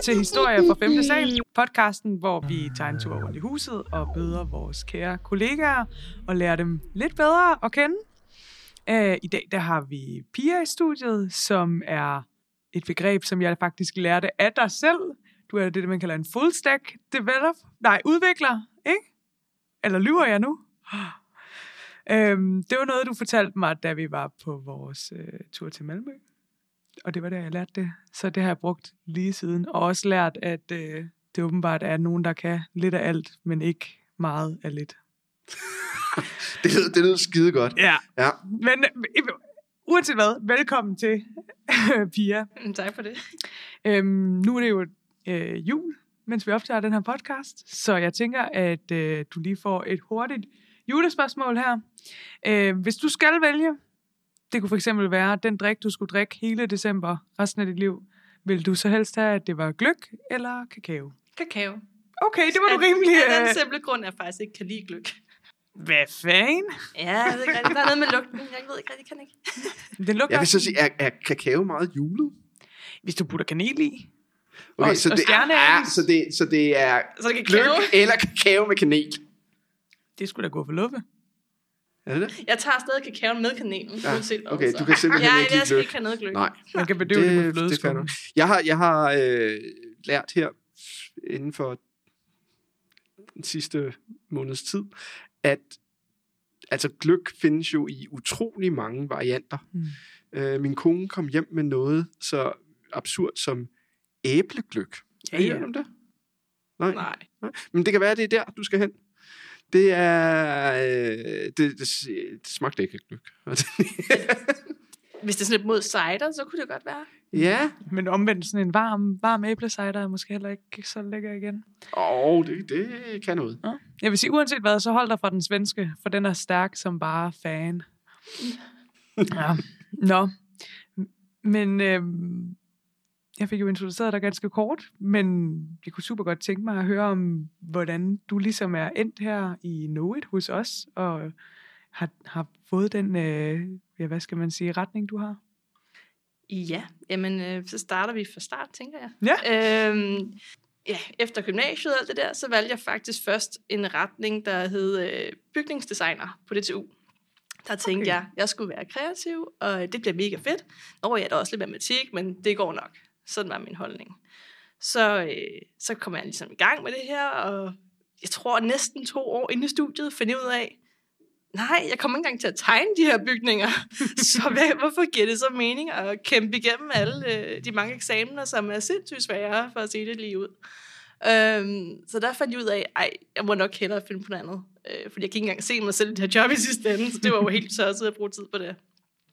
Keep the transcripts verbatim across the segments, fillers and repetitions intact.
til Historier fra femte sal, podcasten, hvor vi tager en tur rundt i huset og møder vores kære kollegaer og lærer dem lidt bedre at kende. Uh, I dag der har vi Pia i studiet, som er et begreb, som jeg faktisk lærte af dig selv. Du er det, man kalder en full stack developer. Nej, udvikler, ikke? Eller lyver jeg nu? Um, det var noget, du fortalte mig, da vi var på vores uh, tur til Malmø. Og det var der, jeg lærte det. Så det har jeg brugt lige siden. Og også lært, at uh, det åbenbart er nogen, der kan lidt af alt, men ikke meget af lidt. det, lyder, det lyder skide godt. Ja. ja. Men uh, uanset hvad, velkommen til, Pia. Tak for det. Um, nu er det jo uh, jul, mens vi optager den her podcast. Så jeg tænker, at uh, du lige får et hurtigt julespørgsmål her. Uh, hvis du skal vælge, det kunne for eksempel være den drik, du skulle drikke hele december, resten af dit liv, vil du så helst have, at det var gløgg eller kakao? Kakao. Okay, det var du rimelig... Af den simple grund, at jeg faktisk ikke kan lide gløgg. Hvad fanden? Ja, jeg ved ikke rigtig. Der er noget med lugten. Jeg ved ikke rigtig, kan ikke. Det lugter. Jeg vil så sige, er, er kakao meget julet? Hvis du putter kanel i. Okay, og, så, og det, ja, så, det, så det er så det gløgg eller kakao med kanel? Det skulle da gå for luffe. Er det det? Jeg tager stadig kakaoen med kanelen. Ja, uanset okay, så. du kan simpelthen ja, ikke lide jeg skal gløgg. ikke have noget gløgg. Nej. Man kan bedøve det, det med flødeskum. Jeg har, jeg har øh, lært her inden for den sidste måneds tid, at altså gløgg findes jo i utrolig mange varianter. Mm. Øh, min kone kom hjem med noget så absurd som æblegløgg. Ja, ja. Om det? Nej. Nej. Nej. Men det kan være, det er der, du skal hen. Det er... Øh, det, det, det smagte ikke gløgg. Hvis det er sådan lidt mod cider, så kunne det godt være. Ja. Men omvendt sådan en varm, varm æblecider er måske heller ikke så lækker igen. Åh, oh, det, det kan noget. Ja. Jeg vil sige, uanset hvad, så hold dig fra den svenske, for den er stærk som bare fan. Ja. Nå. Men øh, jeg fik jo introduceret dig ganske kort, men jeg kunne super godt tænke mig at høre om, hvordan du ligesom er endt her i Know It hos os, og har, har fået den, øh, ja, hvad skal man sige, retning, du har. Ja, jamen øh, så starter vi fra start, tænker jeg. Ja. Øhm, ja, efter gymnasiet og alt det der, så valgte jeg faktisk først en retning, der hed øh, bygningsdesigner på D T U. Der tænkte okay. jeg, jeg skulle være kreativ, og det bliver mega fedt. Nå ja, der er også lidt matematik, men det går nok. Sådan var min holdning. Så, øh, så kom jeg ligesom i gang med det her, og jeg tror næsten to år inde i studiet fandt jeg ud af, nej, jeg kommer ikke engang til at tegne de her bygninger. Så hvad, hvorfor giver det så mening at kæmpe igennem alle øh, de mange eksamener, som er sindssygt svære, for at se det lige ud. Øhm, så der fandt jeg ud af, ej, jeg må nok hellere finde på noget andet. Øh, fordi jeg kan ikke engang se mig selv i det her job i sidste ende, så det var jo helt tosset at bruge tid på det.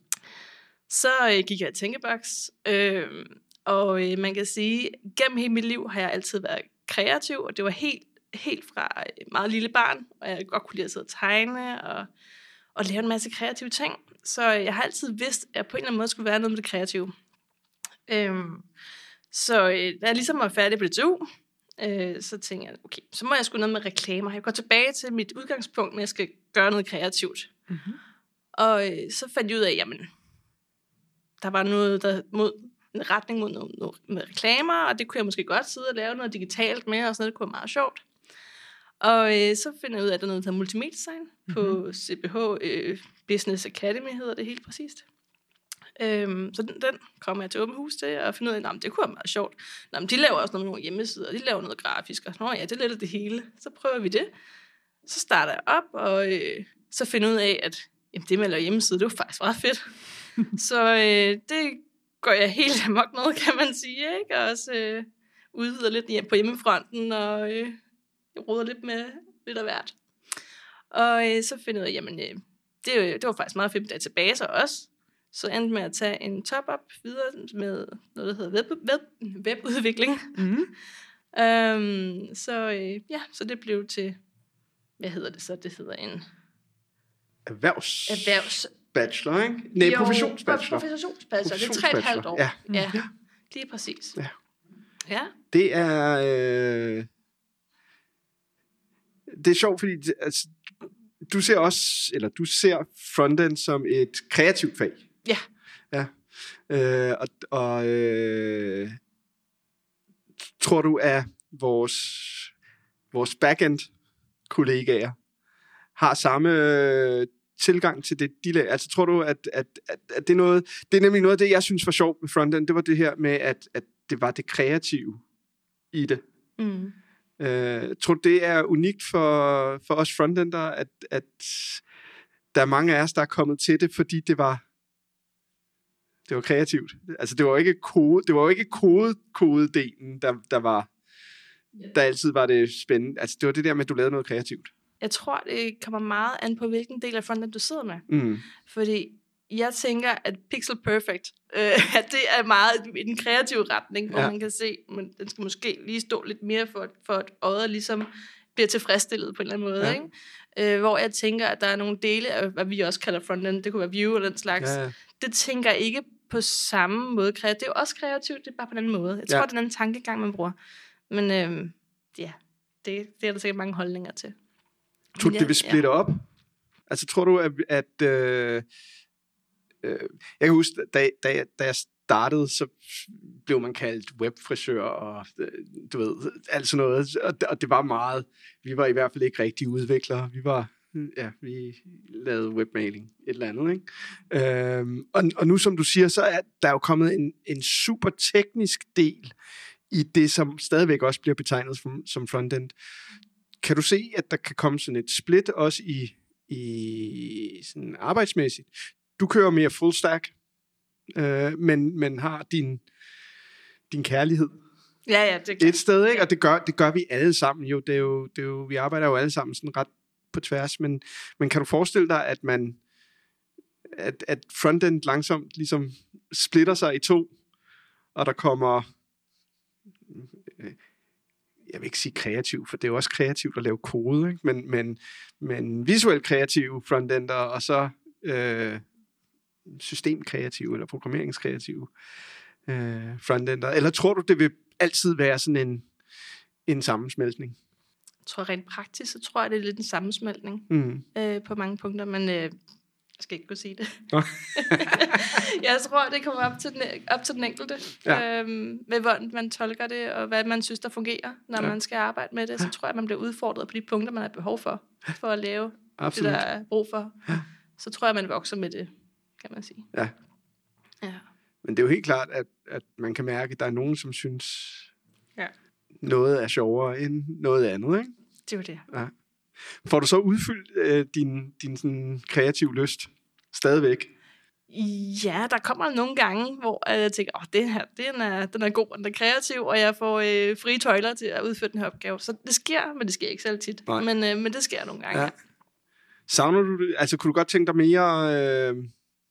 Så øh, gik jeg i tænkeboks, øh, og øh, man kan sige, gennem hele mit liv har jeg altid været kreativ, og det var helt helt fra meget lille barn, og jeg godt kunne lide at sidde og tegne, og, og lave en masse kreative ting. Så jeg har altid vidst, at jeg på en eller anden måde skulle være noget med det kreative. Øhm, så da jeg ligesom var færdig på D T U, øh, så tænkte jeg, okay, så må jeg sgu noget med reklamer. Jeg går tilbage til mit udgangspunkt, men jeg skal gøre noget kreativt. Mm-hmm. Og øh, så fandt jeg ud af, jamen, der var noget, der mod en retning mod noget, noget med reklamer, og det kunne jeg måske godt sidde og lave noget digitalt med, og sådan noget, det kunne være meget sjovt. Og øh, så finder jeg ud af, at der er noget, der hedder multimediedesign mm-hmm. på C B H øh, Business Academy, hedder det helt præcist. Øhm, så den, den kommer jeg til åben hus til, og finder ud af, at det kunne være meget sjovt. Nå, men de laver også noget med nogle hjemmesider, de laver noget grafisk, og nå ja, det er lidt det hele. Så prøver vi det. Så starter jeg op, og øh, så finder jeg ud af, at jamen, det med at lave hjemmesider, det var faktisk meget fedt. så øh, det går jeg helt amok med, kan man sige, ikke? Og også øh, udvider lidt på hjemmefronten, og øh, jeg roder lidt med lidt af hvert. Og øh, så finder jeg ud af, jamen, øh, det, det var faktisk meget fedt med databaser også. Så endte med at tage en top-up videre med noget, der hedder web, web, webudvikling. Mm-hmm. øhm, så øh, ja, så det blev til, hvad hedder det så? Det hedder en Erhvervs... Erhvervs... Bachelor, ikke? Nej, jo, professionsbachelor. Professionsbachelor. Det er tre og et halvt år. Ja. ja, lige præcis. Ja. ja. Det er... Øh... Det er sjovt, fordi det, altså, du ser også, eller du ser frontend som et kreativt fag. Ja. Ja. Øh, og og øh, tror du, at vores, vores backend-kollegaer har samme øh, tilgang til det, de laver? Altså tror du, at, at, at, at det er noget, det er nemlig noget af det, jeg synes var sjovt med frontend, det var det her med, at, at det var det kreative i det. Mm. Øh, tror du, det er unikt for, for os frontender, at, at der er mange af os, der er kommet til det, fordi det var det var kreativt. Altså det var jo ikke kode, det var jo ikke kode, kodedelen, der, der var, der altid var det spændende. Altså det var det der med, at du lavede noget kreativt. Jeg tror, det kommer meget an på, hvilken del af frontend du sidder med. Mm. Fordi jeg tænker, at Pixel Perfect, øh, at det er meget i den kreative retning, hvor ja. man kan se, men den skal måske lige stå lidt mere for, for at øjet ligesom bliver tilfredsstillet på en eller anden måde. Ja. Ikke? Øh, hvor jeg tænker, at der er nogle dele af, hvad vi også kalder frontend, det kunne være view og den slags. Ja, ja. Det tænker jeg ikke på samme måde kreativt. Det er jo også kreativt, det er bare på en anden måde. Jeg tror, ja. det er en tankegang, man bruger. Men øh, ja, det, det er der sikkert mange holdninger til. Tror du, det vil splitte ja. op? Altså, tror du, at... at øh, øh, jeg kan huske, da, da, da jeg startede, så blev man kaldt webfrisør, og øh, du ved, alt sådan noget. Og, og det var meget... Vi var i hvert fald ikke rigtige udviklere. Vi var... Ja, vi lavede webmailing, et eller andet, ikke? Øhm, og, og nu, som du siger, så er der jo kommet en, en super teknisk del i det, som stadigvæk også bliver betegnet som, som frontend. Kan du se, at der kan komme sådan et split også i, i sådan arbejdsmæssigt? Du kører mere full stack, øh, men, men har din, din kærlighed ja, ja, det er et sted, ikke? Og det gør, det gør vi alle sammen jo. Det er jo, det er jo. Vi arbejder jo alle sammen sådan ret på tværs, men, men kan du forestille dig, at man at, at frontend langsomt ligesom splitter sig i to, og der kommer jeg vil ikke sige kreativ, for det er jo også kreativt at lave kode, ikke? Men, men, men visuelt kreative frontender, og så øh, systemkreative eller programmeringskreative øh, frontender. Eller tror du, det vil altid være sådan en, en sammensmeltning? Jeg tror rent praktisk, så tror jeg, det er lidt en sammensmeltning mm. øh, på mange punkter, men øh, jeg skal ikke kunne sige det. Jeg tror, det kommer op til den, op til den enkelte, ja. øhm, med hvordan man tolker det, og hvad man synes, der fungerer, når ja. man skal arbejde med det. Så tror jeg, man bliver udfordret på de punkter, man har behov for, for at lave Absolut. det, der er brug for. Ja. Så tror jeg, man vokser med det, kan man sige. Ja. ja. Men det er jo helt klart, at, at man kan mærke, at der er nogen, som synes, ja. noget er sjovere end noget andet, ikke? Det er jo det. Ja. Får du så udfyldt øh, din, din sådan, kreative lyst stadigvæk? Ja, der kommer nogle gange, hvor jeg tænker, åh, det her, den er, den er god, den er kreativ, og jeg får øh, frie tøjler til at udføre den her opgave. Så det sker, men det sker ikke så tit. Men, øh, men det sker nogle gange. Ja. Savner du det? Altså, kunne du godt tænke dig mere øh,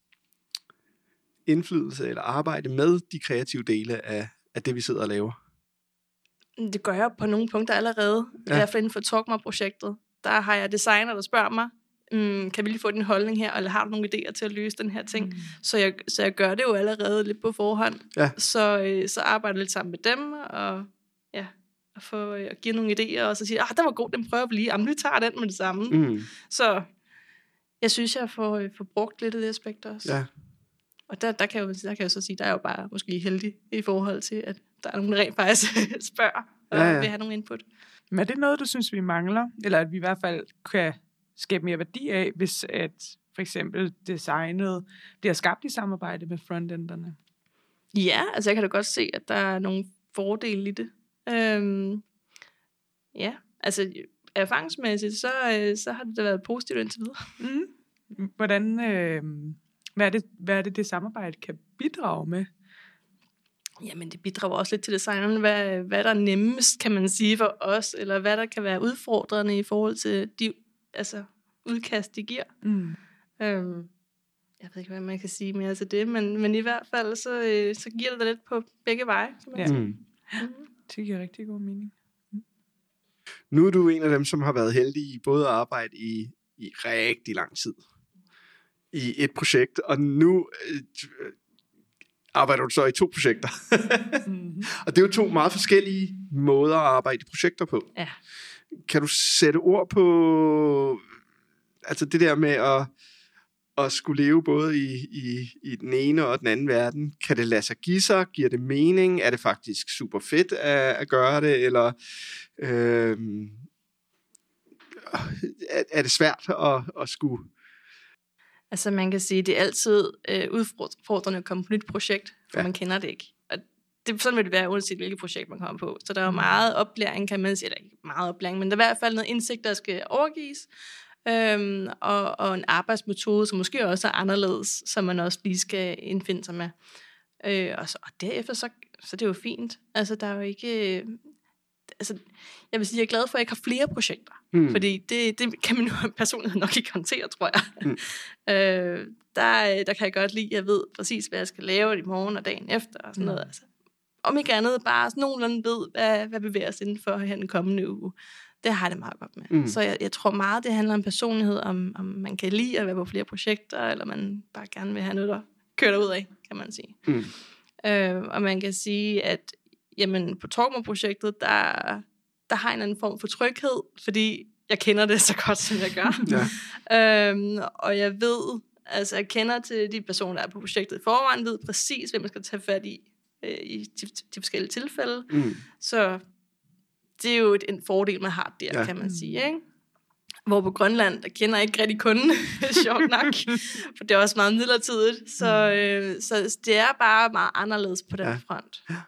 indflydelse eller arbejde med de kreative dele af, af det, vi sidder og laver? Det gør jeg på nogle punkter allerede. Ja. I hvert fald inden for Talkmore-projektet. Der har jeg designer, der spørger mig, mm, kan vi lige få din holdning her, eller har du nogle idéer til at løse den her ting? Mm. Så, jeg, så jeg gør det jo allerede lidt på forhånd. Ja. Så, øh, så arbejder jeg lidt sammen med dem, og ja, og få, øh, og give nogle idéer, og så sige, ah, den var god, den prøver vi lige. Jamen, vi tager den med det samme. Mm. Så jeg synes, jeg får, øh, får brugt lidt af det aspekt også. Ja. Og der, der, kan jeg jo, der kan jeg så sige, der er jo bare måske heldig i forhold til, at der er nogen, der rent faktisk spørger, og ja, ja. vil have nogle input. Men er det noget, du synes, vi mangler? Eller at vi i hvert fald kan skabe mere værdi af, hvis at for eksempel designet bliver skabt i samarbejde med frontenderne? Ja, altså jeg kan da godt se, at der er nogle fordele i det. Øhm, ja, altså erfaringsmæssigt, så, øh, så har det da været positivt indtil videre. Mm. Hvordan, øh, hvad, er det, hvad er det, det samarbejde kan bidrage med? Jamen, det bidrager også lidt til designerne, hvad, hvad der er nemmest, kan man sige, for os, eller hvad der kan være udfordrende i forhold til de altså, udkast, de giver. Mm. Øhm, jeg ved ikke, hvad man kan sige mere til det, men, men i hvert fald, så, øh, så giver det da lidt på begge veje, kan man ja. sige. Mm. Mm. Det giver rigtig god mening. Mm. Nu er du en af dem, som har været heldig i både at arbejde i, i rigtig lang tid i et projekt, og nu øh, arbejder du så i to projekter. mm-hmm. Og det er jo to meget forskellige måder at arbejde i projekter på. Ja. Kan du sætte ord på altså det der med at, at skulle leve både i, i, i den ene og den anden verden? Kan det lade sig give sig? Giver det mening? Er det faktisk super fedt at, at gøre det? Eller øh, er, er det svært at, at skulle... Altså man kan sige, det er altid øh, udfordrende at komme på et nyt projekt, for ja. man kender det ikke. Og det, sådan vil det være, uanset hvilket projekt man kommer på. Så der er jo meget oplæring, kan man sige, eller ikke meget oplæring, men der er i hvert fald noget indsigt, der skal overgives, øhm, og, og en arbejdsmetode, som måske også er anderledes, som man også lige skal indfinde sig med. Øh, og, så, og derefter, så, så det er jo fint. Altså der er jo ikke... Øh, altså, jeg vil sige, jeg er glad for, at jeg ikke har flere projekter. Mm. Fordi det, det kan man jo personligt nok ikke håndtere, tror jeg. Mm. øh, der, der kan jeg godt lide, at jeg ved præcis, hvad jeg skal lave i morgen og dagen efter. Og sådan mm. noget. Altså, om ikke andet, bare sådan nogenlunde ved, hvad, hvad bevæger os inden for her den kommende uge. Det har jeg det meget godt med. Mm. Så jeg, jeg tror meget, det handler om personlighed, om, om man kan lide at være på flere projekter, eller man bare gerne vil have noget, der kører derud af, kan man sige. Mm. Øh, og man kan sige, at jamen, på Talkmore-projektet, der, der har en anden form for tryghed, fordi jeg kender det så godt, som jeg gør. Ja. øhm, og jeg ved, altså jeg kender til de personer, der er på projektet i forvejen, ved præcis, hvem man skal tage fat i, øh, i de, de forskellige tilfælde. Mm. Så det er jo et, en fordel, man har der, ja. kan man sige, ikke? Hvor på Grønland, der kender jeg ikke rigtig kunden, sjovt nok, for det er også meget midlertidigt, så, øh, så det er bare meget anderledes på den ja. front. Ja.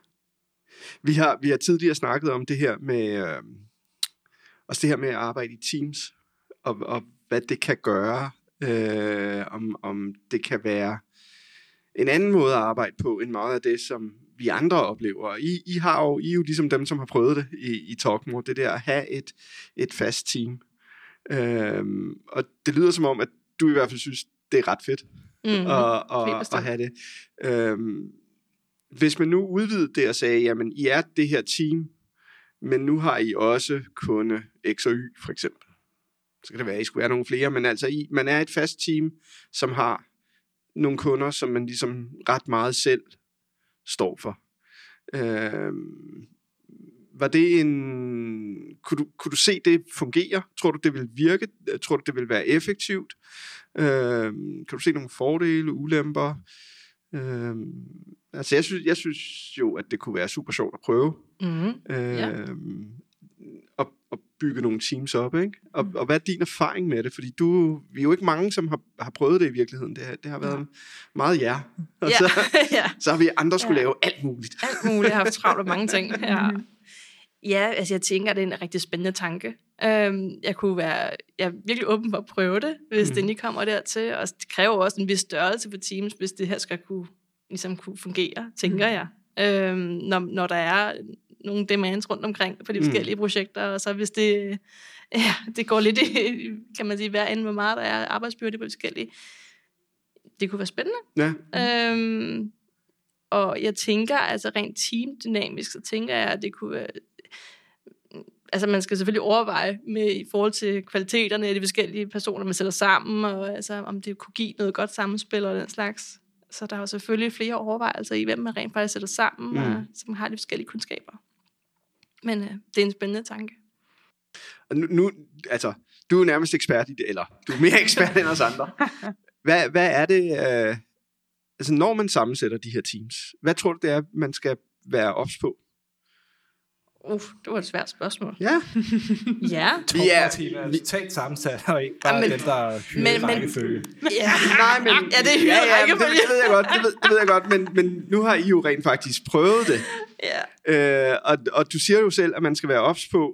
Vi har, vi har tidligere snakket om det her med, øh, også det her med at arbejde i teams, og, og hvad det kan gøre, øh, om, om det kan være en anden måde at arbejde på, end meget af det, som vi andre oplever. I, I, har jo, I er jo ligesom dem, som har prøvet det i, i Talkmore, det der at have et, et fast team. Øh, og det lyder som om, at du i hvert fald synes, det er ret fedt mm-hmm. at, at, at have det. Øh, Hvis man nu udvidede det og sagde, jamen I er det her team, men nu har I også kunde X og Y for eksempel. Så kan det være, at I skulle være nogle flere, men altså I, man er et fast team, som har nogle kunder, som man ligesom ret meget selv står for. Øh, var det en... Kunne du, kunne du se det fungere? Tror du, det vil virke? Tror du, det vil være effektivt? Øh, kan du se nogle fordele, ulemper? Øhm, altså jeg synes, jeg synes jo, at det kunne være super sjovt at prøve mm-hmm. øhm, ja. at, at bygge nogle teams op, ikke? Og, mm. og hvad er din erfaring med det? Fordi du, vi er jo ikke mange, som har, har prøvet det i virkeligheden. Det har, det har været ja. meget jer. Og ja. Så, ja. så har vi andre skulle ja. lave alt muligt. Alt muligt. Jeg har haft travlt med mange ting. Ja. Ja, altså jeg tænker, at det er en rigtig spændende tanke. Øhm, jeg kunne være jeg er virkelig åben for at prøve det, hvis mm. det ikke kommer dertil. Og det kræver også en vis størrelse for teams, hvis det her skal kunne, ligesom kunne fungere, tænker mm. jeg. Øhm, når, når der er nogle demands rundt omkring for de forskellige mm. projekter, og så hvis det, ja, det går lidt i, kan man sige, hver ende, hvor meget der er arbejdsbyrde på de forskellige. Det kunne være spændende. Ja. Øhm, og jeg tænker, altså rent teamdynamisk, så tænker jeg, at det kunne være... Altså man skal selvfølgelig overveje med i forhold til kvaliteterne af de forskellige personer, man sætter sammen, og altså, om det kunne give noget godt sammenspil og den slags. Så der er jo selvfølgelig flere overvejelser i, hvem man rent faktisk sætter sammen, mm. og som har de forskellige kundskaber. Men øh, det er en spændende tanke. Og nu, nu, altså, du er nærmest ekspert i det, eller du er mere ekspert end os andre. Hvad, hvad er det, øh, altså når man sammensætter de her teams, hvad tror du det er, man skal være ops på? Uff, det var et svært spørgsmål. Ja. ja. Vi er totalt sammensat, og ikke bare ja, men, dem, der hyrer rækkefølge. Ja, nej, men... Ja, det er hyret ja, ja, rækkefølge. Det, det ved jeg godt, det ved, det ved jeg godt, men, men nu har I jo rent faktisk prøvet det. Ja. Øh, og, og du siger jo selv, at man skal være ops på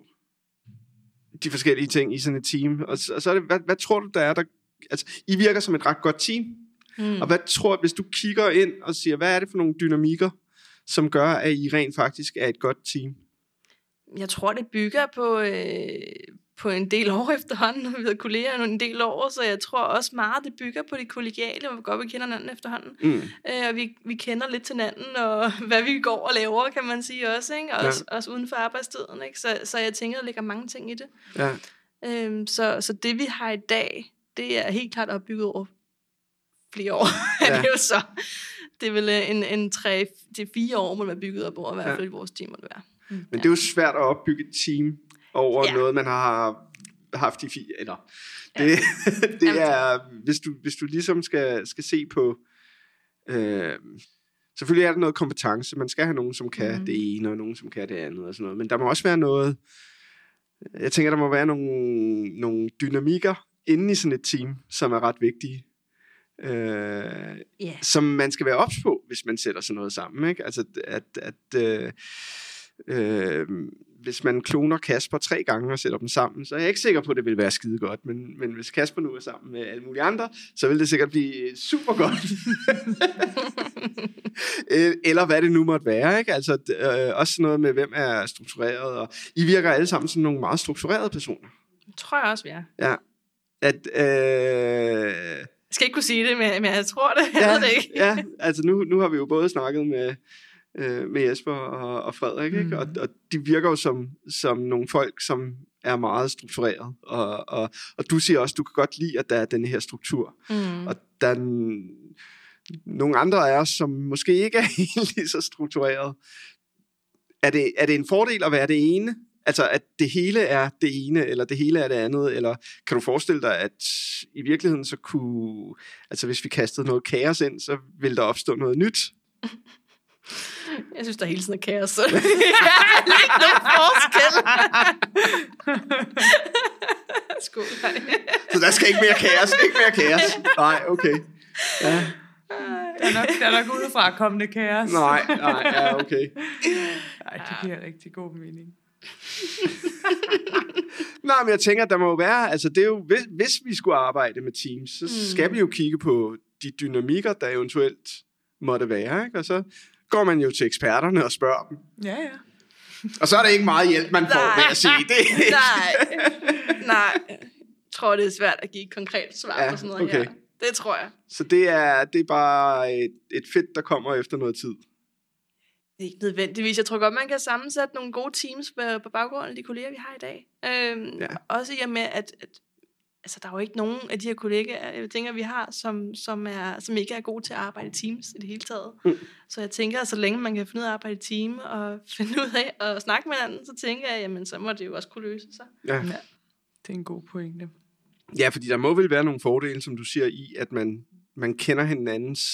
de forskellige ting i sådan et team. Og, og så er det, hvad, hvad tror du, der er der... Altså, I virker som et ret godt team. Mm. Og hvad tror du, hvis du kigger ind og siger, hvad er det for nogle dynamikker, som gør, at I rent faktisk er et godt team? Jeg tror, det bygger på, øh, på en del år efterhånden. Vi har været kolleger en del år, så jeg tror også meget, det bygger på de kollegiale, hvor vi godt vi kender hinanden efterhånden. Mm. Øh, og vi, vi kender lidt til hinanden, og hvad vi går og laver, kan man sige også. Ikke? Også, ja. også uden for arbejdstiden. Ikke? Så, så jeg tænker, der ligger mange ting i det. Ja. Øh, så, så det, vi har i dag, det er helt klart opbygget over flere år. Ja. det er jo så. Det er vel en, en tre til fire år, må det være bygget op over, i hvert fald ja. i vores team må det være. Men det er jo svært at opbygge et team over ja. noget, man har haft i fire, eller det, ja. det er, hvis du, hvis du ligesom skal, skal se på, øh, selvfølgelig er der noget kompetence, man skal have nogen, som kan mm. det ene, og nogen, som kan det andet, og sådan noget, men der må også være noget, jeg tænker, der må være nogle, nogle dynamikker inde i sådan et team, som er ret vigtige, øh, yeah. som man skal være ops på, hvis man sætter sådan noget sammen, ikke? Altså, at, at øh, øh, hvis man kloner Kasper tre gange og sætter dem sammen, så er jeg ikke sikker på, at det vil være skide godt. Men, men hvis Kasper nu er sammen med alle mulige andre, så vil det sikkert blive super godt. Eller hvad det nu måtte være, ikke? Altså øh, også noget med, hvem er struktureret. Og I virker alle sammen som nogle meget strukturerede personer. Det tror jeg også, vi er. Ja. At, øh, jeg skal ikke kunne sige det, men jeg tror det. Jeg ja, ved det ikke. Ja, altså nu, nu har vi jo både snakket med med Jesper og, og Frederik, ikke? Mm. Og, og de virker jo som, som nogle folk, som er meget struktureret. Og, og, og du siger også, du kan godt lide, at der er den her struktur. Mm. Og der er n- nogle andre af os, som måske ikke er helt lige så struktureret. Er det, er det en fordel at være det ene? Altså, at det hele er det ene, eller det hele er det andet? Eller kan du forestille dig, at i virkeligheden så kunne... Altså, hvis vi kastede noget kaos ind, så ville der opstå noget nyt? Jeg synes, der hele tiden er kaos, så der er ikke nogen forskel. Skål, nej. Så der skal ikke mere kaos, ikke mere kaos. Nej, okay. Ja. Der er nok, der er nok udefra kommende kaos. Nej, nej, ja, okay. Nej, det giver rigtig god mening. Nej, men jeg tænker, at der må jo være, altså det er jo, hvis, hvis vi skulle arbejde med teams, så mm. skal vi jo kigge på de dynamikker, der eventuelt måtte være, ikke? Og så går man jo til eksperterne og spørger dem. Ja, ja. Og så er der ikke meget hjælp, man får ved at sige det. Nej, nej. Jeg tror, det er svært at give et konkret svar ja, på sådan noget okay. her. Det tror jeg. Så det er, det er bare et, et fedt, der kommer efter noget tid. Det er ikke nødvendigvis. Jeg tror godt, man kan sammensætte nogle gode teams på, på baggrund af de kolleger, vi har i dag. Øhm, ja. Også i og med, at, at altså, der er jo ikke nogen af de her kollegaer, jeg tænker, vi har, som, som, er, som ikke er gode til at arbejde i teams i det hele taget. Mm. Så jeg tænker, at så længe man kan finde ud af at arbejde i team og finde ud af at snakke med hinanden, så tænker jeg, jamen, så må det jo også kunne løse sig. Ja. Ja, det er en god pointe. Ja, fordi der må vel være nogle fordele, som du siger, i at man, man kender hinandens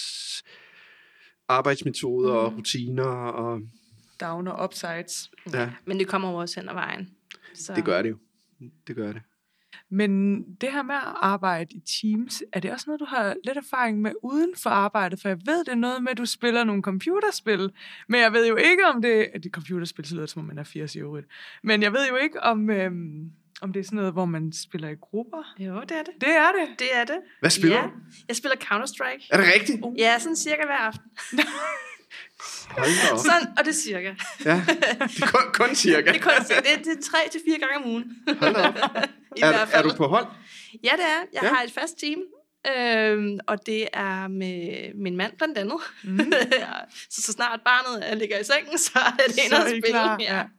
arbejdsmetoder mm. og rutiner. Og down og upsides. Ja. Men det kommer jo også hen ad vejen. Så. Det gør det jo. Det gør det. Men det her med at arbejde i teams, er det også noget, du har lidt erfaring med uden for arbejdet? For jeg ved, det er noget med, at du spiller nogle computerspil. Men jeg ved jo ikke, om det... Det computerspil, så lyder det, som om man er firs i øvrigt. Men jeg ved jo ikke, om... Øhm, om det er sådan noget, hvor man spiller i grupper. Jo, det er det. Det er det? Det er det. Hvad spiller ja. du? Jeg spiller Counter-Strike. Er det rigtigt? Uh. Ja, sådan cirka hver aften. Hold da op. Sådan, og det er cirka. Ja, det er kun, kun cirka. Det er kun cirka. Det er, det er tre til fire gange om ugen. Hold da op. Er, er du på hold? Ja, det er. Jeg ja. har et fast team. Øhm, og det er med min mand blandt andet. Mm. så, så snart barnet ligger i sengen, så er det en at spille. Ja. Ja.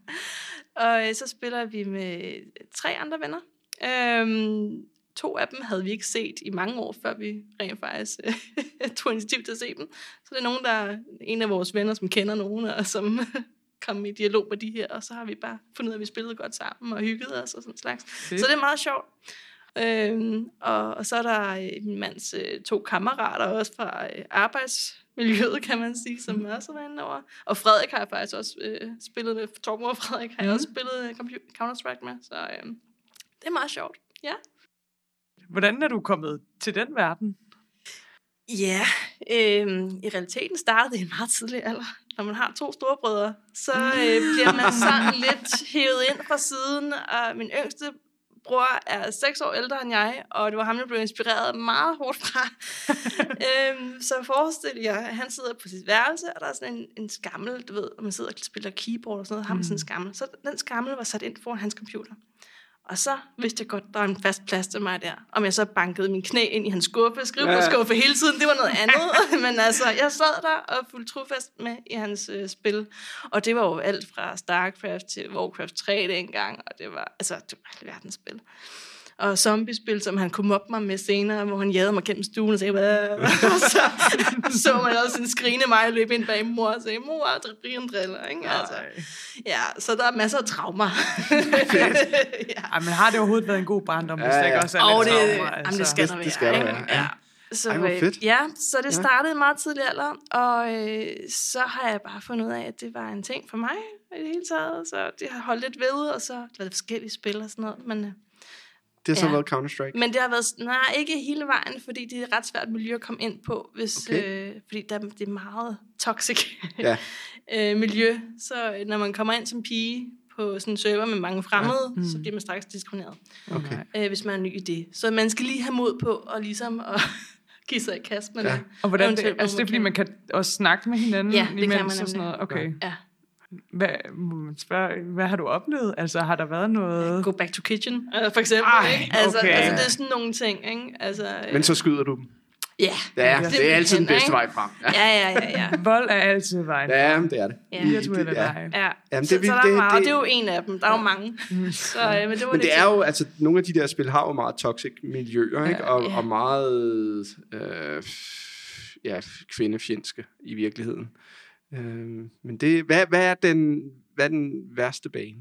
Og så spiller vi med tre andre venner. Øhm, to af dem havde vi ikke set i mange år, før vi rent faktisk tog initiativ til at se dem. Så det er nogen, der er en af vores venner, som kender nogen, og som kom i dialog med de her, og så har vi bare fundet ud af, at vi spillede godt sammen og hyggede os og sådan slags. Fedt. Så det er meget sjovt. Øhm, og, og så er der øh, min mands øh, to kammerater også fra øh, arbejdsmiljøet, kan man sige, som også var inde over. Og Frederik har jeg faktisk også øh, spillet med. Torben og Frederik har jeg også spillet øh, Counter-Strike med, så øh, det er meget sjovt. Ja. Hvordan er du kommet til den verden? Ja, øh, i realiteten startede det i en meget tidlig alder. Når man har to storebrødre, så øh, bliver man sådan lidt hævet ind fra siden, og min yngste bror er seks år ældre end jeg, og det var ham, der blev inspireret meget hårdt fra. øhm, så forestil jer, at han sidder på sit værelse, og der er sådan en, en skammel, du ved, og man sidder og spiller keyboard og sådan noget, har man sådan en skammel. Så den skammel var sat ind foran hans computer. Og så vidste jeg godt, der var en fast plads til mig der. Om jeg så bankede min knæ ind i hans skuffe, skrivebordskuffe hele tiden, det var noget andet. Men altså, jeg sad der og fulgte trofast med i hans øh, spil. Og det var jo alt fra StarCraft til Warcraft tre dengang, og det var, altså, det var alverdens spil. og zombiespil, som han kunne mobbe mig med senere, hvor han jagede mig gennem stuen og sagde, og så så man også sådan skrigende mig og løbe ind bag mor og sagde, mor, Brian driller, ikke? Altså, ja, så der er masser af traumer. ja. Ej, men har det overhovedet været en god barndom, hvis ja, ja. det ikke også er oh, lidt det, traumer? Altså. Jamen, det skal der være. Det skal der være, ja. Så, Ej, fedt. Ja, så det startede ja. meget tidlig alder, og øh, så har jeg bare fundet ud af, at det var en ting for mig i det hele taget, så det har holdt lidt ved, og så har det været forskellige spil og sådan noget, men... Øh, det har så ja. været Counter-Strike? Men det har været, nej, ikke hele vejen, fordi det er et ret svært miljø at komme ind på, hvis, okay. øh, fordi der, det er meget toxic ja. øh, miljø, så når man kommer ind som pige på sådan en server med mange fremmede, ja. mm. så bliver man straks diskrimineret, okay. øh, hvis man er ny i det. Så man skal lige have mod på, og ligesom at give sig i kast med ja. det. Og hvordan det, altså det er fordi, man kan også snakke med hinanden ja, det imens kan man og sådan noget. Okay. Ja. Hvad, må man spørge, hvad har du oplevet? Altså, har der været noget... Go back to kitchen, for eksempel. Ej, ikke? Altså, okay. altså, det er sådan nogle ting, ikke? Altså, men så skyder du dem? Ja. Ja, det, det er altid den bedste vej frem. Ja, ja, ja. ja, ja. Vold er altid vejen frem. Ja, det er det. Ja. Virtuelle ja. veje. Ja. Jamen, så, det, så der det, er meget, det, og det er jo en af dem. Der er jo mange. så, ja, men det, var men det, det er jo, altså, nogle af de der spil har jo meget toxic miljøer, ikke? Og, ja. og meget øh, ja, kvindefjendske i virkeligheden. Øh, men det, hvad, hvad, er den, hvad er den værste bane?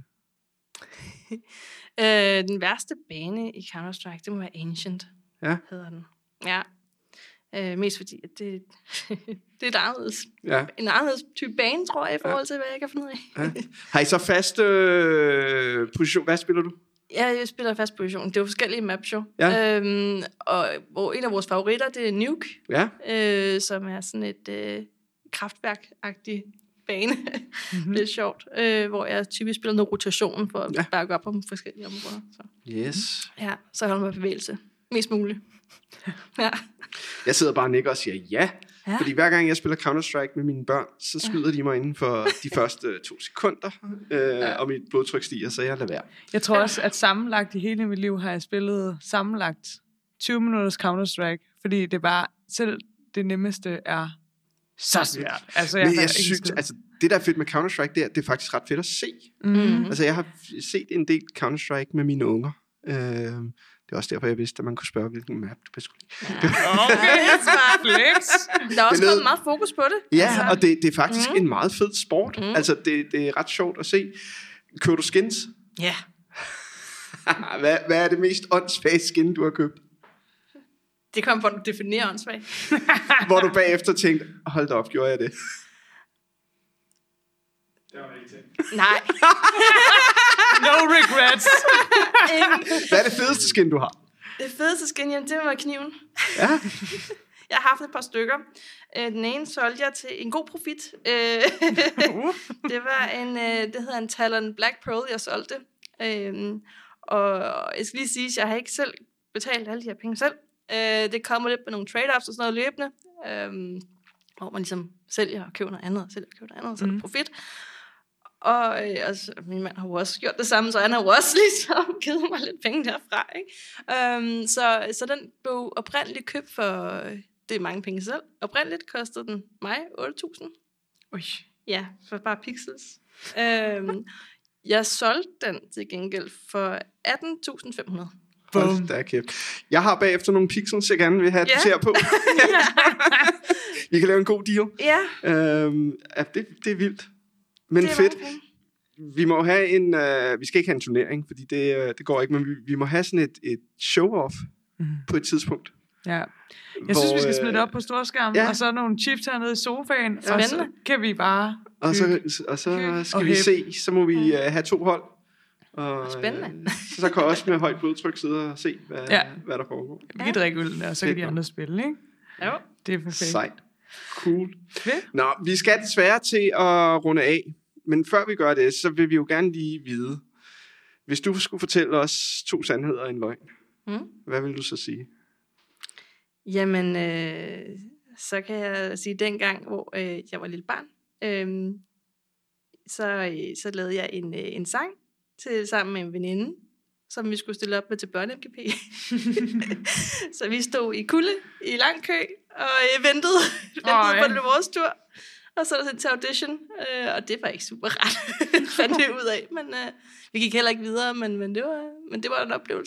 øh, den værste bane i Counter-Strike, det må være Ancient, ja. hedder den. Ja. Øh, mest fordi, at det, det er et anderledes, ja. en anderledes type bane, tror jeg, i forhold til, hvad jeg kan finde ud af. ja. Har I så fast øh, position? Hvad spiller du? Ja, jeg spiller fast position. Det er jo forskellige maps, jo. Ja. Øhm, og hvor en af vores favoritter, det er Nuke, ja. øh, som er sådan et øh, kraftværk-agtig bane. Mm-hmm. Lidt sjovt. Øh, hvor jeg typisk spiller noget rotation for at ja. bakke op om forskellige områder. Så. Yes. Ja, så holder man bevægelse. Mest muligt. ja. Jeg sidder bare og nikker og siger ja. Ja. Fordi hver gang jeg spiller Counter-Strike med mine børn, så skyder ja. de mig inden for de første to sekunder, øh, ja. og mit blodtryk stiger, så jeg lader være. Jeg tror også, at sammenlagt i hele mit liv har jeg spillet sammenlagt tyve minutters Counter-Strike, fordi det bare, selv det nemmeste er så svært. Altså, jeg, Men jeg synes, altså, det der er fedt med Counter-Strike, det er, det er faktisk ret fedt at se. Mm. Altså, jeg har set en del Counter-Strike med mine unger. Øh, Det er også derfor, jeg vidste, at man kunne spørge, hvilken map du bedst kunne lide. Ja. Okay, smart flex. Der er også kommet meget fokus på det. Ja, altså. Og det, det er faktisk mm. en meget fed sport. Mm. Altså, det, det er ret sjovt at se. Køber du skins? Ja. hvad, hvad er det mest åndssvage skin, du har købt? Det kommer på, at du definerer åndssvagt. Hvor du bagefter tænkte, hold da op, gjorde jeg det? Det var ikke ting. Nej. No regrets. Hvad er det fedeste skin, du har? Det fedeste skin, jamen, det var kniven. Ja. Jeg har haft et par stykker. Den ene solgte jeg til en god profit. Det var en, det hedder en Talon Black Pearl, jeg solgte. Og jeg skal lige sige, at jeg har ikke selv betalt alle de her penge selv. Det kommer lidt med nogle trade-offs og sådan noget løbende, hvor man ligesom sælger og køber noget andet, og sælger og køber noget andet, og så er der profit. Og altså, min mand har jo også gjort det samme, så han har jo også ligesom givet mig lidt penge derfra, ikke? Um, så, så den blev oprindeligt købt for, det er mange penge selv, oprindeligt kostede den mig otte tusind. Ui. Ja, for bare pixels. Um, jeg solgte den til gengæld for atten tusind fem hundrede. Hold da kæft. Jeg har bagefter nogle pixels, jeg gerne vil have yeah. det på. Vi kan lave en god deal. Ja. Um, ja, det, det er vildt. Men det er fedt. Vi må have en, uh, vi skal ikke have en turnering, fordi det, uh, det går ikke, men vi, vi må have sådan et, et show-off mm. på et tidspunkt. Ja. Jeg hvor, synes, vi skal smide det op på storskærmen, ja. og så nogle chips hernede i sofaen, ja. og så kan vi bare Og så, og så skal og vi hæb. se, så må vi uh, have to hold. Og, spændende. Så, så kan også med højt blodtryk sidde og se, hvad, ja. hvad der foregår. Vi kan drikke øl, og så kan de andre spille, ikke? Jo. Det er perfekt. Sejt. Cool. Fedt. Nå, vi skal desværre til at runde af. Men før vi gør det, så vil vi jo gerne lige vide, hvis du skulle fortælle os to sandheder og en løgn, mm. hvad vil du så sige? Jamen, øh, så kan jeg sige, dengang, hvor øh, jeg var lille barn, øh, så, øh, så lavede jeg en, øh, en sang til, sammen med en veninde, som vi skulle stille op med til børne-M G P. Så vi stod i kulde, i lang kø, og øh, ventede, ventede oh, ja. på det vores tur. Og så er der til audition, øh, og det var ikke super rart, fandt det ud af. Men øh, vi gik heller ikke videre, men, men, det var, men det var en oplevelse.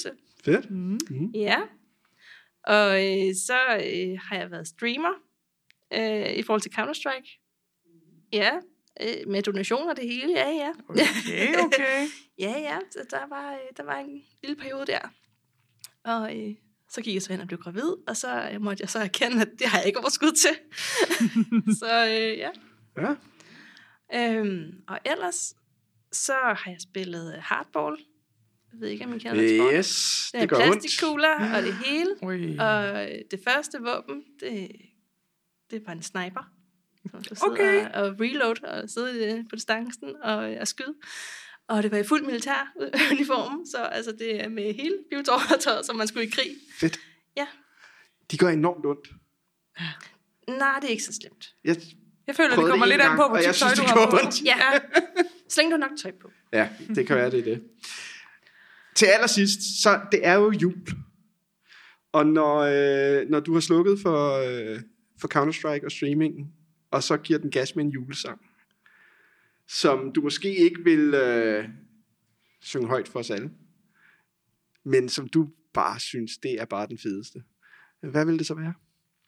Fedt. Mm. Mm. Ja. Og øh, så øh, har jeg været streamer øh, i forhold til Counter-Strike. Ja, øh, med donationer og det hele, ja, ja. Okay, okay. ja, ja, så der var, øh, der var en lille periode der. Og øh, så gik jeg så hen og blev gravid, og så øh, måtte jeg så erkende, at det har jeg ikke overskud til. så øh, ja. Ja. Øhm, og ellers, så har jeg spillet hardball. Jeg ved ikke, om I kender den sport. Yes, Det det er gør ondt. plastikkugler og det hele. Ui. Og det første våben, det, det var en sniper. Så man skulle sidde Okay. og, og reload og sidde på distancen og, og skyde. Og det var i fuld militær uniform, så altså, det er med hele biotøjet, som man skulle i krig. Fedt. Ja. De gør enormt ondt. Nej, det er ikke så slemt. Jeg Jeg føler, det prøvede kommer det lidt en an på, gang, hvor og jeg tit tøj synes, du det har gjorde på. ondt. Ja, så længe du har nok tøj på. Ja, det kan være, det er det. Til allersidst, så det er jo jul. Og når, øh, når du har slukket for, øh, for Counter-Strike og streamingen, og så giver den gas med en julesang, som du måske ikke vil øh, synge højt for os alle, men som du bare synes, det er bare den fedeste. Hvad vil det så være?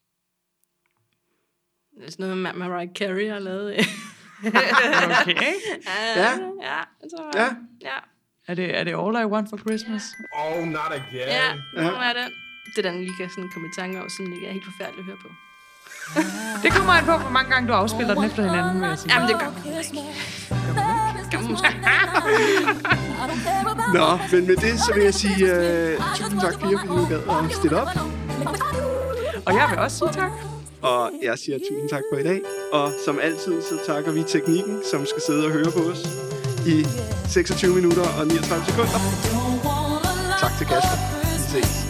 Det er sådan noget, Mar- Mariah Carey har lavet. Okay. ja, Ja. ja, jeg tror, Ja. ja. Er det, er det All I Want for Christmas? Oh, not again. Ja, Ja. nu er det. Det er den, lige kan sådan komme i tanke om, sådan ikke er helt forfærdeligt at høre på. Det kommer an på, hvor mange gange du afspiller den efter hinanden, vil jeg sige. Jamen, det gør man ikke. Gør man måske. Nå, men med det, så vil jeg sige uh, tusind tak, Pia, fordi du gad at stille op. Og jeg vil også sige tak. Og jeg siger tusind tak for i dag. Og som altid, så takker vi teknikken, som skal sidde og høre på os i seksogtyve minutter og niogtredive sekunder. Tak til Kasper. Vi ses.